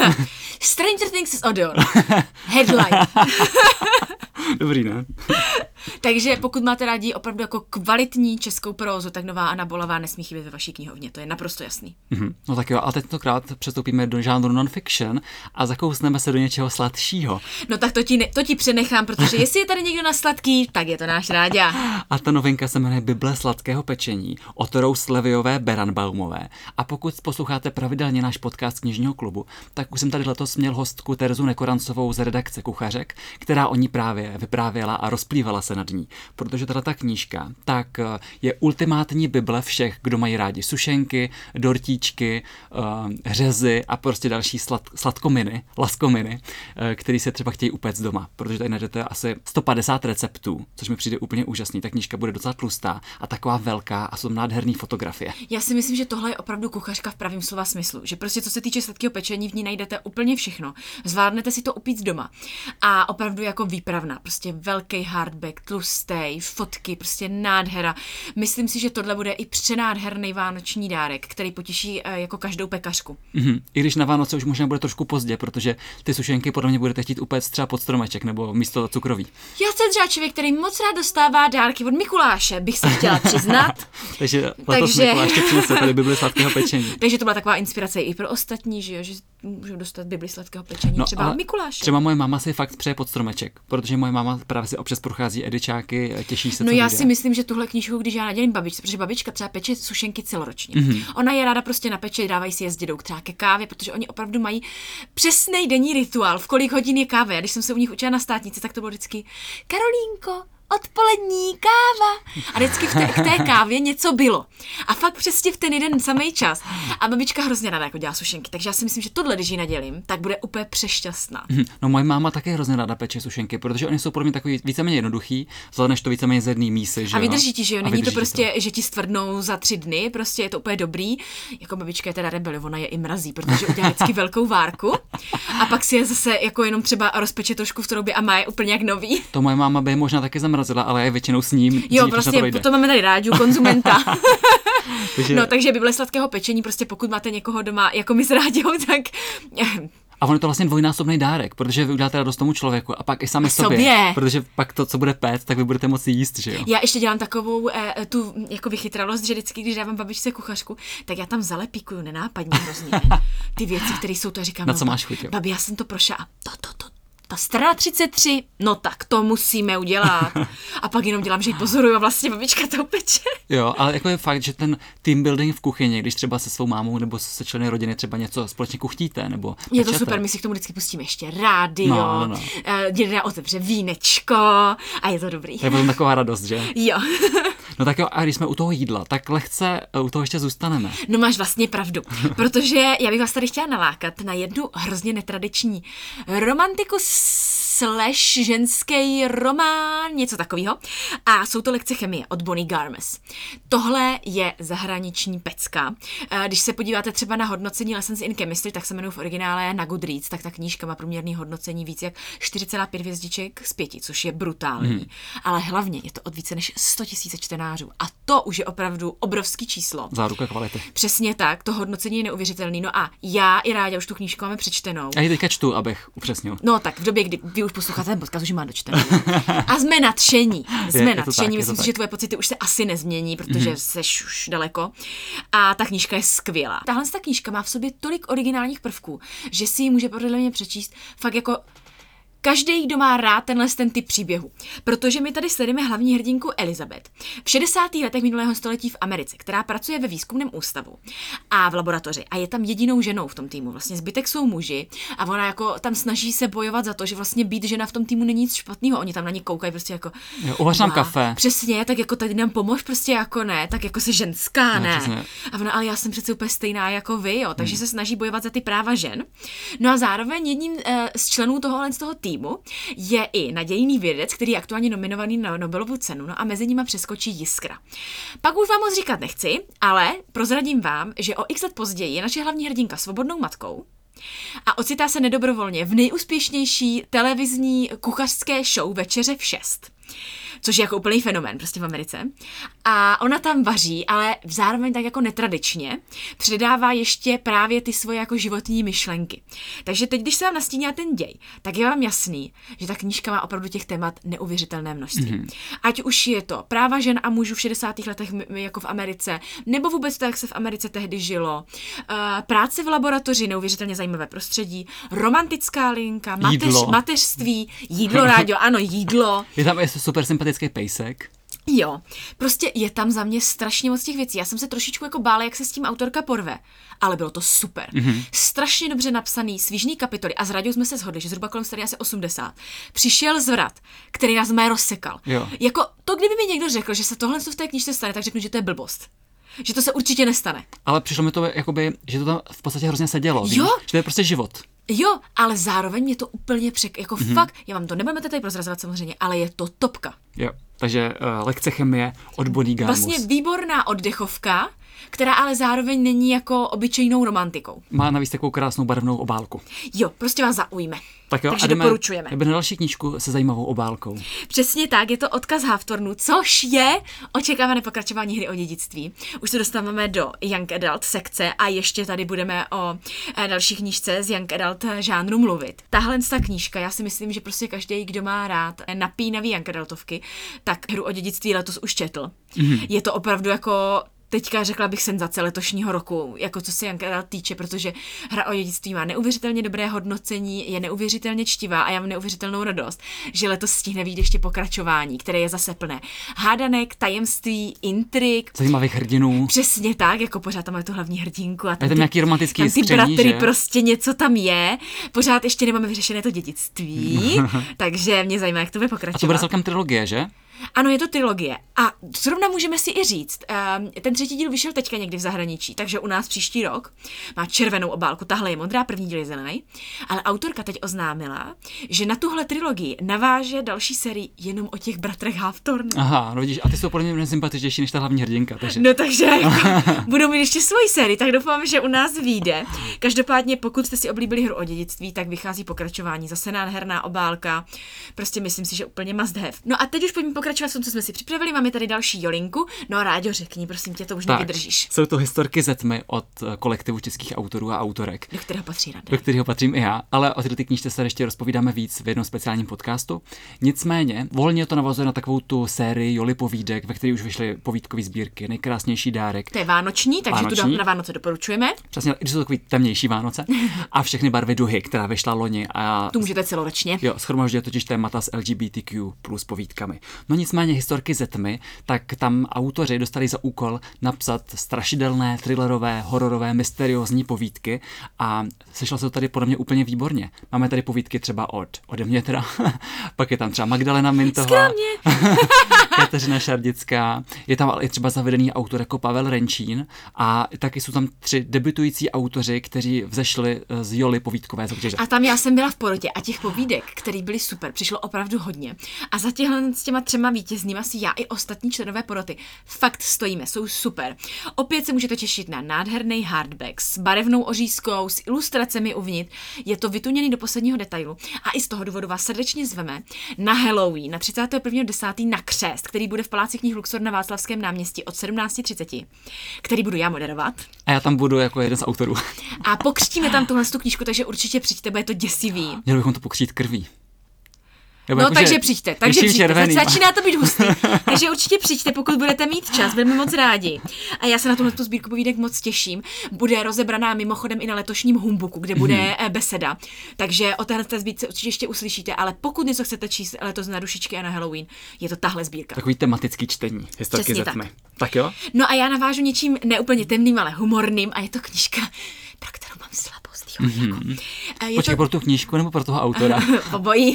Stranger Things z Odeonu. Headline. Dobrý, ne? Takže pokud máte rádi opravdu jako kvalitní českou prózu, tak nová Anna Bolavá nesmí chybět ve vaší knihovně, to je naprosto jasný. No tak jo, a tentokrát přestoupíme do žánru non-fiction a zakousneme se do něčeho sladšího. No tak to ti přenechám, protože jestli je tady někdo na sladký, tak je to náš Ráďa. A ta novinka se jmenuje Bible sladkého pečení od Rose Leviové Beranbaumové. A pokud posloucháte pravidelně náš podcast Knižního klubu, tak už jsem tady letos měl hostku Terzu Nekorancovou z redakce Kuchařek, která o ní právě vyprávěla a rozplývala se nad ní. Protože ta knížka tak je ultimátní Bible všech, kdo mají rádi sušenky, dortíčky, řezy a prostě další sladkominy, laskominy, který se třeba chtějí upéct doma. Protože tady najdete asi 150 receptů, což mi přijde úplně úžasný. Ta knížka bude docela tlustá a taková velká a jsou nádherný fotografie. Já si myslím, že tohle je opravdu kuchařka v pravém slova smyslu, že prostě co se týče sladkého pečení, v ní najdete úplně všechno. Zvládnete si to upít doma. A opravdu jako výpravná, prostě velký hardback, tlustý, fotky, prostě nádhera. Myslím si, že tohle bude i přenádherný vánoční dárek, který potěší jako každou pekařku. I když na Vánoce už možná bude trošku pozdě, protože ty sušenky podle mě budete chtít upéct třeba pod stromeček nebo místo cukroví. Já jsem třeba člověk, který moc rád dostává dárky od Mikuláše, bych se chtěla přiznat. Takže letos Mikuláš tě přinese tady Bibli sladkého pečení. Takže to byla taková inspirace i pro ostatní, že můžou dostat Bibli sladkého pečení, no, třeba od Mikuláše. Třeba moje máma si fakt přeje pod stromeček, protože moje máma právě si občas prochází edičáky, těší se. No já si myslím, že tuhle knížku, když já nadělím babičce, protože babička třeba peče sušenky celoročně. Ona je ráda prostě napeče, dávají si je s dědou třeba ke kávě, protože oni opravdu mají přesný denní rituál, v kolik hodin je káva. Já když jsem se u nich učila na státnici, tak to bylo vždycky Karolínko, odpolední káva. A vždycky v té kávě něco bylo. A fakt přesně v ten jeden samý čas. A babička hrozně ráda jako dělá sušenky. Takže já si myslím, že tohle, když ji nadělím, tak bude úplně přešťastná. No moje máma také hrozně ráda peče sušenky, protože oni jsou pro mě takový víceméně jednoduchý, vzhledem než to víceméně z jedné mísy, že a vydrží ti, že jo? Není to prostě, že ti stvrdnou za 3 dny, prostě je to úplně dobrý. Jako babička je teda rebel, ona je i mrazí, protože udělá vždycky velkou várku. A pak si je zase jako jenom třeba rozpeče trošku v troubě a má je úplně jak nový. To moje máma by možná taky zamrazila, ale já je většinou s ním. Jo, prostě potom máme tady Ráďu, konzumenta. Takže Bible sladkého pečení, prostě pokud máte někoho doma jako my s Ráďou, tak... A on je to vlastně dvojnásobný dárek, protože vy uděláte radost tomu člověku a pak i sami sobě. Protože pak to, co bude péct, tak vy budete moci jíst, že jo? Já ještě dělám takovou tu jako vychytralost, že vždycky, když dávám babičce kuchařku, tak já tam zalepíkuju nenápadně hrozně. Ty věci, které jsou to, říkám, na co máš chuť, jo? Babi, já jsem to prošla a ta strana 33, no tak to musíme udělat. A pak jenom dělám, že ji pozoruju a vlastně babička to peče. Jo, ale jako je fakt, že ten team building v kuchyni, když třeba se svou mámou nebo se členy rodiny třeba něco společně kuchtíte, nebo je to super, my si k tomu vždycky pustíme ještě rádio, děda otevře vínečko a je to dobrý. To je potom taková radost, že? Jo. No tak jo, a když jsme u toho jídla, tak lehce u toho ještě zůstaneme. No máš vlastně pravdu, protože já bych vás tady chtěla nalákat na jednu hrozně netradiční romantiku / ženský román, něco takového. A jsou to lekce chemie od Bonnie Garmes. Tohle je zahraniční pecka. Když se podíváte třeba na hodnocení Lessons in Chemistry, tak se jmenují v originále na Goodreads, tak ta knížka má průměrný hodnocení víc jak 4,5 hvězdiček z 5, což je brutální. Ale hlavně je to od více než 100 000 čtenářů. A to už je opravdu obrovský číslo. Záruka kvality. Přesně tak, to hodnocení je neuvěřitelný. No a já i Ráďa už tu knížku máme přečtenou. A ji teďka čtu, abych upřesnil. No tak v době, kdy vy už posloucháte ten podcast, už má dočtenou. A jsme nadšení. Myslím si, že tvoje pocity už se asi nezmění, protože seš už daleko. A ta knížka je skvělá. Tahle knížka má v sobě tolik originálních prvků, že si ji může podle mě přečíst fakt jako každý, kdo má rád ten typ příběhu. Protože my tady sledujeme hlavní hrdinku Elizabeth v 60. letech minulého století v Americe, která pracuje ve výzkumném ústavu a v laboratoři a je tam jedinou ženou v tom týmu. Vlastně zbytek jsou muži a ona jako tam snaží se bojovat za to, že vlastně být žena v tom týmu není nic špatného. Oni tam na ní koukají prostě jako uvař nám kafe. Přesně, tak jako tady nám pomož prostě jako ne, tak jako se ženská, ne. A ona, ale já jsem přece úplně stejná jako vy, jo, takže se snaží bojovat za ty práva žen. No a zároveň jedním z členů z toho týmu je i nadějný vědec, který je aktuálně nominovaný na Nobelovu cenu, no a mezi nimi přeskočí Jiskra. Pak už vám moc říkat nechci, ale prozradím vám, že o x let později je naše hlavní hrdinka svobodnou matkou a ocitá se nedobrovolně v nejúspěšnější televizní kuchařské show Večeře v 6. což je jako úplný fenomén prostě v Americe. A ona tam vaří, ale zároveň tak jako netradičně, předává ještě právě ty svoje jako životní myšlenky. Takže teď, když se vám nastínila ten děj, tak je vám jasný, že ta knížka má opravdu těch témat neuvěřitelné množství. Ať už je to práva žen a mužů v 60. letech jako v Americe, nebo vůbec to, jak se v Americe tehdy žilo, práce v laboratoři, neuvěřitelně zajímavé prostředí, romantická linka, mateřství, jídlo, Ráďo, ano, jídlo. Je tam super sympatický pejsek. Jo, prostě je tam za mě strašně moc těch věcí. Já jsem se trošičku jako bála, jak se s tím autorka porve, ale bylo to super. Strašně dobře napsaný, svížný kapitoly a s Raďou jsme se shodli, že zhruba kolem strany asi 80 přišel zvrat, který nás má rozsekal. Jo. Jako to, kdyby mi někdo řekl, že se tohle v té knížce stane, tak řeknu, že to je blbost. Že to se určitě nestane. Ale přišlo mi to, jakoby, že to tam v podstatě hrozně sedělo. Jo. Že to je prostě život. Jo, ale zároveň mě to úplně jako fakt, já vám to nebudeme tady prozrazovat samozřejmě, ale je to topka. Jo, takže lekce chemie od Bonnie Garmus. Vlastně výborná oddechovka, která ale zároveň není jako obyčejnou romantikou. Má navíc takovou krásnou barevnou obálku. Jo, prostě vás zaujme. Tak jo, takže a doporučujeme. Jdeme na další knížku se zajímavou obálkou. Přesně tak, je to Odkaz Hawthornu, což je očekávané pokračování Hry o dědictví. Už se dostáváme do Young Adult sekce a ještě tady budeme o další knížce z Young Adult žánru mluvit. Tahle ta knížka, já si myslím, že prostě každý, kdo má rád napínavý Young Adultovky, tak Hru o dědictví letos už četl. Je to opravdu jako teďka řekla bych senzace letošního roku, jako co se Young Adult týče, protože Hra o dědictví má neuvěřitelně dobré hodnocení, je neuvěřitelně čtivá a já mám neuvěřitelnou radost, že letos stihne vyjít ještě pokračování, které je zase plné hádanek, tajemství, intrik. Zajímavých hrdinů. Přesně tak, jako pořád tam je tu hlavní hrdinku a tam je nějaký romantický ty skření, bratry, že? Prostě něco tam je. Pořád ještě nemáme vyřešené to dědictví, takže mě zajímá, jak to bude pokračovat. A to bude celkem trilogie, že? Ano, je to trilogie. A zrovna můžeme si i říct, ten 3. díl vyšel teďka někdy v zahraničí, takže u nás příští rok má červenou obálku, tahle je modrá, první díl je zelený, ale autorka teď oznámila, že na tuhle trilogii naváže další sérii jenom o těch bratrech Hawthornu. Aha, no vidíš, a ty jsou podle mě mnohem sympatičtější než ta hlavní hrdinka, takže. No takže jako, budou mít ještě svoji sérii, tak doufám, že u nás vyjde. Každopádně, pokud jste si oblíbili Hru o dědictví, tak vychází pokračování, zase nádherná obálka, prostě myslím si, že úplně must have. No a teď už pojďme pokračovat v tom, co jsme si připravili. Máme tady další Jolinku. No Ráďo, řekni, prosím tě, to už nevydržíš. Jsou to historky ze tmy od kolektivu českých autorů a autorek. Do kterého patří Rada. Do kterého patřím i já, ale o této knížce se ještě rozpovídáme víc v jednom speciálním podcastu. Nicméně, volně to navazuje na takovou tu sérii Joli povídek, ve které už vyšly povídkové sbírky, Nejkrásnější dárek. To je vánoční, takže tu na Vánoce doporučujeme. Přesně, když jsou takový temnější Vánoce a Všechny barvy duhy, která vyšla loni a tu můžete celoročně. Jo, shromažďuje totiž témata s LGBTQ plus povídkami. No nicméně historky ze tmy, tak tam autoři dostali za úkol napsat strašidelné, thrillerové, hororové, mysteriózní povídky a sešlo se to tady podle mě úplně výborně. Máme tady povídky třeba ode mě teda, pak je tam třeba Magdalena Mintová, Kateřina Šardická, je tam ale i třeba zavedený autor jako Pavel Renčín a taky jsou tam 3 debutující autoři, kteří vzešli z Joli povídkové soutěže. A tam já jsem byla v porotě a těch povídek, které byly super, přišlo opravdu hodně. A za s těma 3 vítěznými asi já i ostatní členové poroty fakt stojíme, jsou super. Opět se můžete těšit na nádherný hardback s barevnou ořízkou, s ilustracemi uvnitř. Je to vytuněný do posledního detailu. A i z toho důvodu vás srdečně zveme na Halloween, na 31.10. na křest, který bude v Paláci knih Luxor na Václavském náměstí od 17:30, který budu já moderovat. A já tam budu jako jeden z autorů. A pokřtíme tam tuhle knížku, takže určitě přijďte, bude to děsivý. Měli bychom to pokřtít krví. No jako, takže přijďte, začíná to být hustý. Takže určitě přijďte, pokud budete mít čas, budeme moc rádi. A já se na tuhle sbírku povídek moc těším. Bude rozebraná mimochodem i na letošním Humbuku, kde bude beseda. Takže o téhle sbírce určitě ještě uslyšíte, ale pokud něco chcete číst letos na Dušičky a na Halloween, je to tahle sbírka. Takový tematický čtení, historky ze tmy. Tak jo? No a já navážu něčím neúplně temným, ale humorným a je to knížka, pro kterou mám slabost. Počkej, pro tu knížku nebo pro toho autora? Obojí.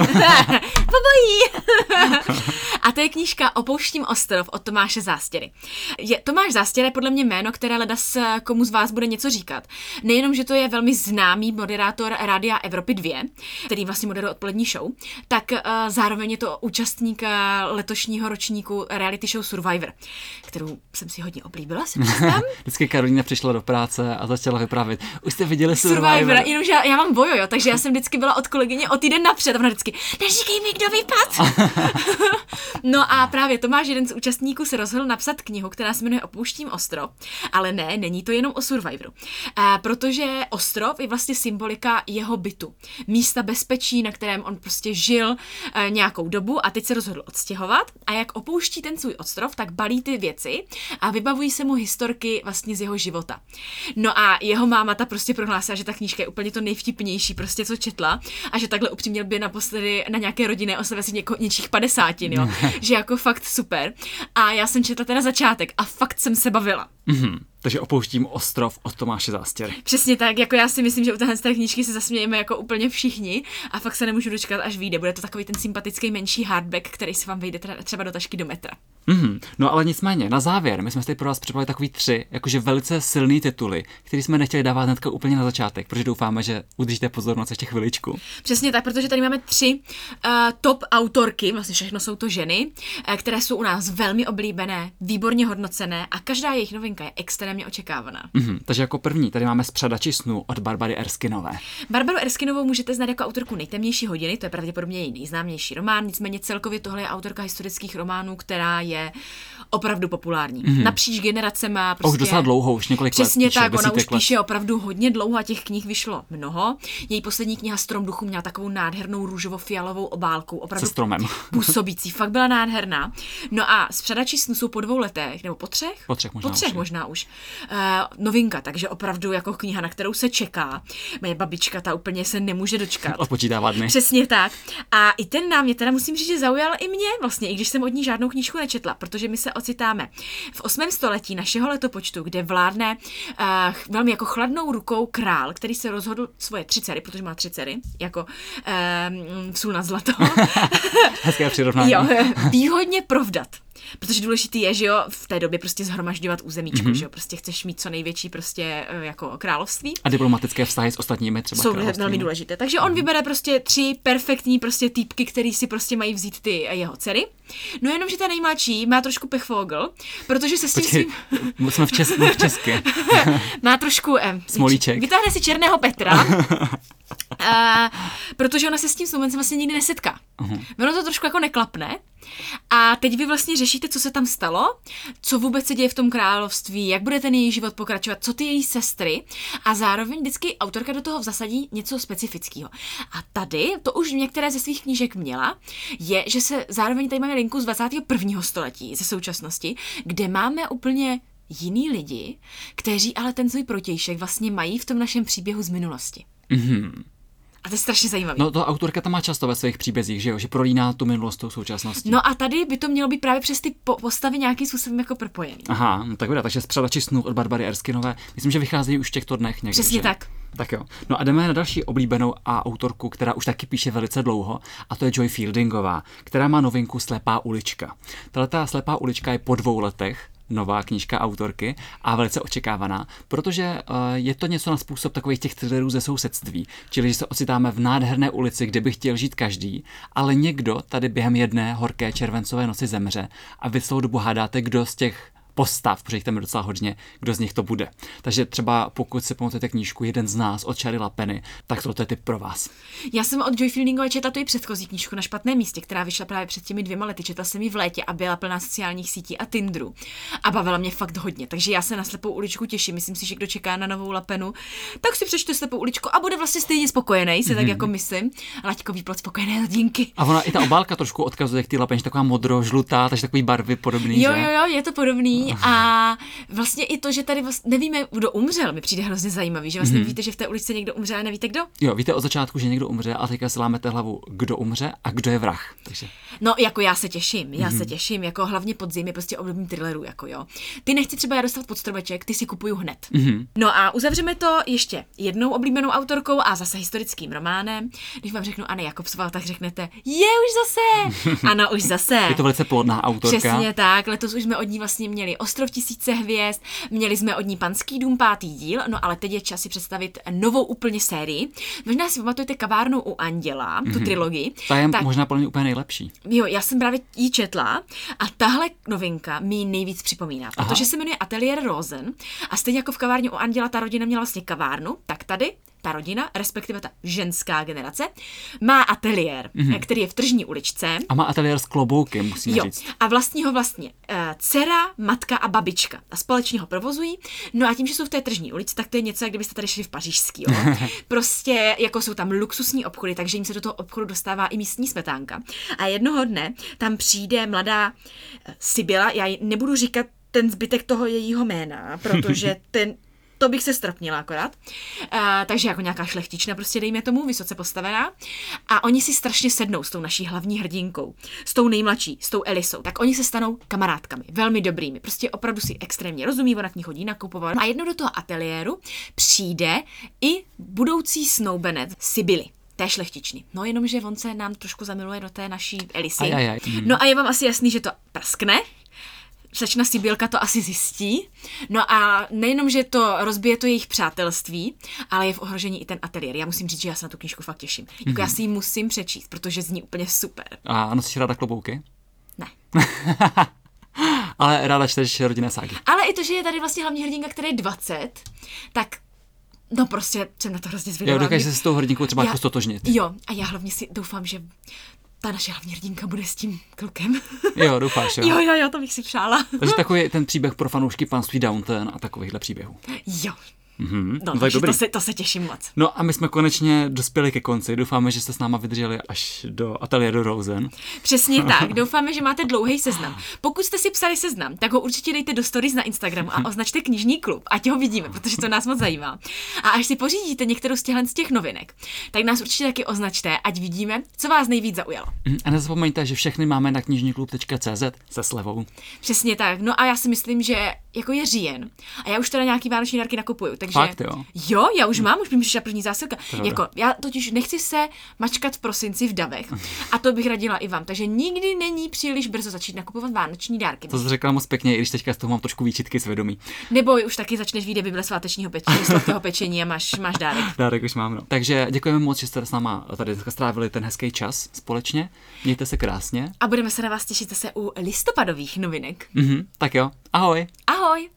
A to je knížka Opouštím ostrov od Tomáše Zástěry. Tomáš Zástěra je podle mě jméno, které ledas komu z vás bude něco říkat. Nejenom, že to je velmi známý moderátor Rádia Evropy 2, který vlastně moderuje odpolední show, tak zároveň je to účastník letošního ročníku reality show Survivor, kterou jsem si hodně oblíbila, si myslím. Vždycky Karolína přišla do práce a začala vyprávět. Už jste viděli Survivor? Jenomže já mám bojo, takže já jsem vždycky byla od kolegyně o týden napřed a ona vždycky, neříkej mi, kdo někdo vypad. No a právě Tomáš, jeden z účastníků, se rozhodl napsat knihu, která se jmenuje Opouštím ostrov, ale ne, není to jenom o Survivoru. Protože ostrov je vlastně symbolika jeho bytu. Místa bezpečí, na kterém on prostě žil nějakou dobu a teď se rozhodl odstěhovat a jak opouští ten svůj ostrov, tak balí ty věci a vybavují se mu historky vlastně z jeho života. No a jeho máma ta prostě prohlásila, že ta knížka je úplně to nejvtipnější prostě, co četla a že takhle upřímně by naposledy na nějaké rodinné oslavě asi něčích 50, jo. Že jako fakt super. A já jsem četla teda začátek a fakt jsem se bavila. Takže Opouštím ostrov od Tomáše Zástěry. Přesně tak, jako já si myslím, že u téhle knížky se zasmějeme jako úplně všichni a fakt se nemůžu dočkat, až vyjde. Bude to takový ten sympatický menší hardback, který se vám vyjde třeba do tašky do metra. No ale nicméně, na závěr, my jsme si tady pro vás připravili takový 3, jakože velice silný tituly, který jsme nechtěli dávat hnedka úplně na začátek, protože doufáme, že udržíte pozornost ještě chviličku. Přesně tak, protože tady máme 3 top autorky, vlastně všechno jsou to ženy, které jsou u nás velmi oblíbené, výborně hodnocené a každá jejich novinka je extrémně očekávaná. Takže jako první tady máme Spřadači snů od Barbary Erskinové. Barbaru Erskinovou můžete znát jako autorku Nejtemnější hodiny, to je pravděpodobně její nejznámější román, nicméně celkově tohle je autorka historických románů, která je opravdu populární. Napříč generacema. Prostě... Už docela dlouho, už několik let. Přesně tak, ona už píše opravdu hodně dlouho a těch knih vyšlo mnoho. Její poslední kniha Strom duchu měla takovou nádhernou růžovo-fialovou obálku, opravdu se stromem. Působící, fakt byla nádherná. No a Spřadači snů jsou po 2 letech, nebo po 3? Po 3 možná. Po 3 možná už. Novinka, takže opravdu jako kniha, na kterou se čeká. Moje babička ta úplně se nemůže dočkat. Odpočítává dny. Přesně tak. A i ten námět teda musím říct, že zaujal i mě vlastně, i když jsem od ní žádnou knížku nečetla, protože my se ocitáme v 8. století našeho letopočtu, kde vládne velmi jako chladnou rukou král, který se rozhodl svoje 3 dcery, protože má 3 dcery, jako sůl na zlato. Hezké přirovnání. Jo, výhodně provdat. Protože důležitý je, že jo, v té době prostě zhromažďovat územíčko, že jo, prostě chceš mít co největší prostě jako království. A diplomatické vztahy s ostatními třeba jsou velmi důležité. Takže on vybere prostě 3 perfektní prostě týpky, který si prostě mají vzít ty jeho dcery. No jenom, že ta nejmladší má trošku pechvogel, protože se s tím svým... Jsme v České. Má trošku... Smolíček. Vytáhne si černého Petra, protože ona se s tím snoubencem vlastně nikdy nesetká. Ono to trošku jako neklapne. A teď vy vlastně řešíte, co se tam stalo, co vůbec se děje v tom království, jak bude ten její život pokračovat, co ty její sestry a zároveň vždycky autorka do toho zasadí něco specifického. A tady, to už některé ze svých knížek měla, je, že se zároveň tady máme linku z 21. století, ze současnosti, kde máme úplně jiný lidi, kteří ale ten svůj protějšek vlastně mají v tom našem příběhu z minulosti. A to je strašně zajímavé. No to autorka tam má často ve svých příbězích, že jo, že prolíná tu minulost tou současností. No a tady by to mělo být právě přes ty postavy nějakým způsobem jako propojený. Aha, no tak dobrá, takže Spřadači snů od Barbary Erskinové, myslím, že vycházejí už v těchto dnech někdy. Přesně že? tak. Tak jo. No a jdeme na další oblíbenou a autorku, která už taky píše velice dlouho, a to je Joy Fieldingová, která má novinku Slepá ulička. Tato Slepá ulička je po 2 letech nová knížka autorky a velice očekávaná, protože je to něco na způsob takových těch thrillerů ze sousedství, čili že se ocitáme v nádherné ulici, kde by chtěl žít každý, ale někdo tady během jedné horké červencové noci zemře a vy celou dobu hádáte, kdo z těch postav, protože jich tam je docela hodně, kdo z nich to bude. Takže třeba pokud si pamatujete knížku Jeden z nás od Charlie Lapeny, tak to je tip pro vás. Já jsem od Joy Fieldingové četla tu i předchozí knížku Na špatném místě, která vyšla právě před těmi 2 lety. Četla jsem ji v létě a byla plná sociálních sítí a Tinderu. A bavila mě fakt hodně. Takže já se na Slepou uličku těším. Myslím si, že kdo čeká na novou Lapenu, tak si přečte Slepou uličku a bude vlastně stejně spokojený, se tak jako myslím. Laťkový plot, spokojené hrdinky. A ona i ta obálka trošku odkazuje k té Lapeně, taková modro-žlutá, takže takový barvy podobný. Jo, je to podobný. A vlastně i to, že tady vlastně nevíme, kdo umřel, mi přijde hrozně zajímavý, že vlastně víte, že v té ulici někdo umře a nevíte kdo? Jo, víte od začátku, že někdo umře a teďka si lámete hlavu, kdo umře a kdo je vrah. Takže... No, jako já se těším, jako hlavně podzim je prostě období thrillerů, jako jo. Ty nechci třeba já dostat pod stromeček, ty si kupuju hned. No a uzavřeme to ještě jednou oblíbenou autorkou a zase historickým románem. Když vám řeknu Anny Jakobsová, tak řeknete, je už zase. Ano, už zase. Je to velice plodná autorka. Přesně tak, letos už jsme od ní vlastně měli Ostrov tisíce hvězd, měli jsme od ní Panský dům 5. díl, no ale teď je čas si představit novou úplně sérii. Možná si pamatujete Kavárnu u Anděla, tu trilogii. Ta je možná pro mě úplně nejlepší. Jo, já jsem právě ji četla a tahle novinka mi nejvíc připomíná, protože se jmenuje Ateliér Rosen a stejně jako v Kavárně u Anděla ta rodina měla vlastně kavárnu, tak tady ta rodina, respektive ta ženská generace, má ateliér, který je v Tržní uličce. A má ateliér s kloboukem, musím říct. A vlastní ho vlastně dcera, matka a babička. A společně ho provozují. No a tím, že jsou v té Tržní ulici, tak to je něco, jak kdybyste tady šli v Pařížský. Jo? Prostě jako jsou tam luxusní obchody, takže jim se do toho obchodu dostává i místní smetánka. A jednoho dne tam přijde mladá Sibyla, já nebudu říkat ten zbytek toho jejího jména, protože to bych se stropnila akorát. Takže jako nějaká šlechtična, prostě dejme tomu, vysoce postavená. A oni si strašně sednou s tou naší hlavní hrdinkou, s tou nejmladší, s tou Elisou. Tak oni se stanou kamarádkami, velmi dobrými. Prostě opravdu si extrémně rozumí, ona k ní chodí nakupovat. A jednou do toho ateliéru přijde i budoucí snoubenec Sibily. Té šlechtičny. No jenomže on se nám trošku zamiluje do té naší Elisy. No a je vám asi jasný, že to praskne. Slečna Sibylka to asi zjistí. No a nejenom, že to rozbije to jejich přátelství, ale je v ohrožení i ten ateliér. Já musím říct, že já se na tu knížku fakt těším. Jako já si ji musím přečíst, protože zní úplně super. A nosíš ráda klobouky? Ne. Ale ráda čteš rodinné ságy. Ale i to, že je tady vlastně hlavní hrdinka, která je 20, tak no prostě jsem na to hrozně zvědavá. Jo, dokáže se s tou hrdinkou třeba jako stotožnit. Jo, a já hlavně si doufám, že ta naše hlavní hrdinka bude s tím klukem. Jo, doufáš, jo. Jo, to bych si přála. Takže takový ten příběh pro fanoušky Panství Downton a takovýchhle příběhů. Jo. No, takže to se těším moc. No a my jsme konečně dospěli ke konci. Doufáme, že jste s náma vydrželi až do ateliéru Rosen. Přesně tak. Doufáme, že máte dlouhý seznam. Pokud jste si psali seznam, tak ho určitě dejte do stories na Instagramu a označte knižní klub, ať ho vidíme, protože to nás moc zajímá. A až si pořídíte některou z těch novinek, tak nás určitě taky označte, ať vidíme, co vás nejvíc zaujalo. A nezapomeňte, že všechny máme na knižníklub.cz se slevou. Přesně tak. No a já si myslím, že jako je říjen. A já už teda nějaký vánoční dárky nakupuju. Takže fakt, jo? Jo, já už mám, už mi přišla první zásilka. Jako, já totiž nechci se mačkat v prosinci v davech a to bych radila i vám. Takže nikdy není příliš brzo začít nakupovat vánoční dárky. To jsi řekla moc pěkně, i když teďka z toho mám trošku výčitky svědomí. Nebo už taky začneš vidět Bible svátečního pečení, sladkého pečení a máš dárek. Dárek už mám, no. Takže děkujeme moc, že jste s náma tady dneska strávili ten hezký čas společně. Mějte se krásně. A budeme se na vás těšit zase u listopadových novinek. Tak jo, ahoj. Ahoj.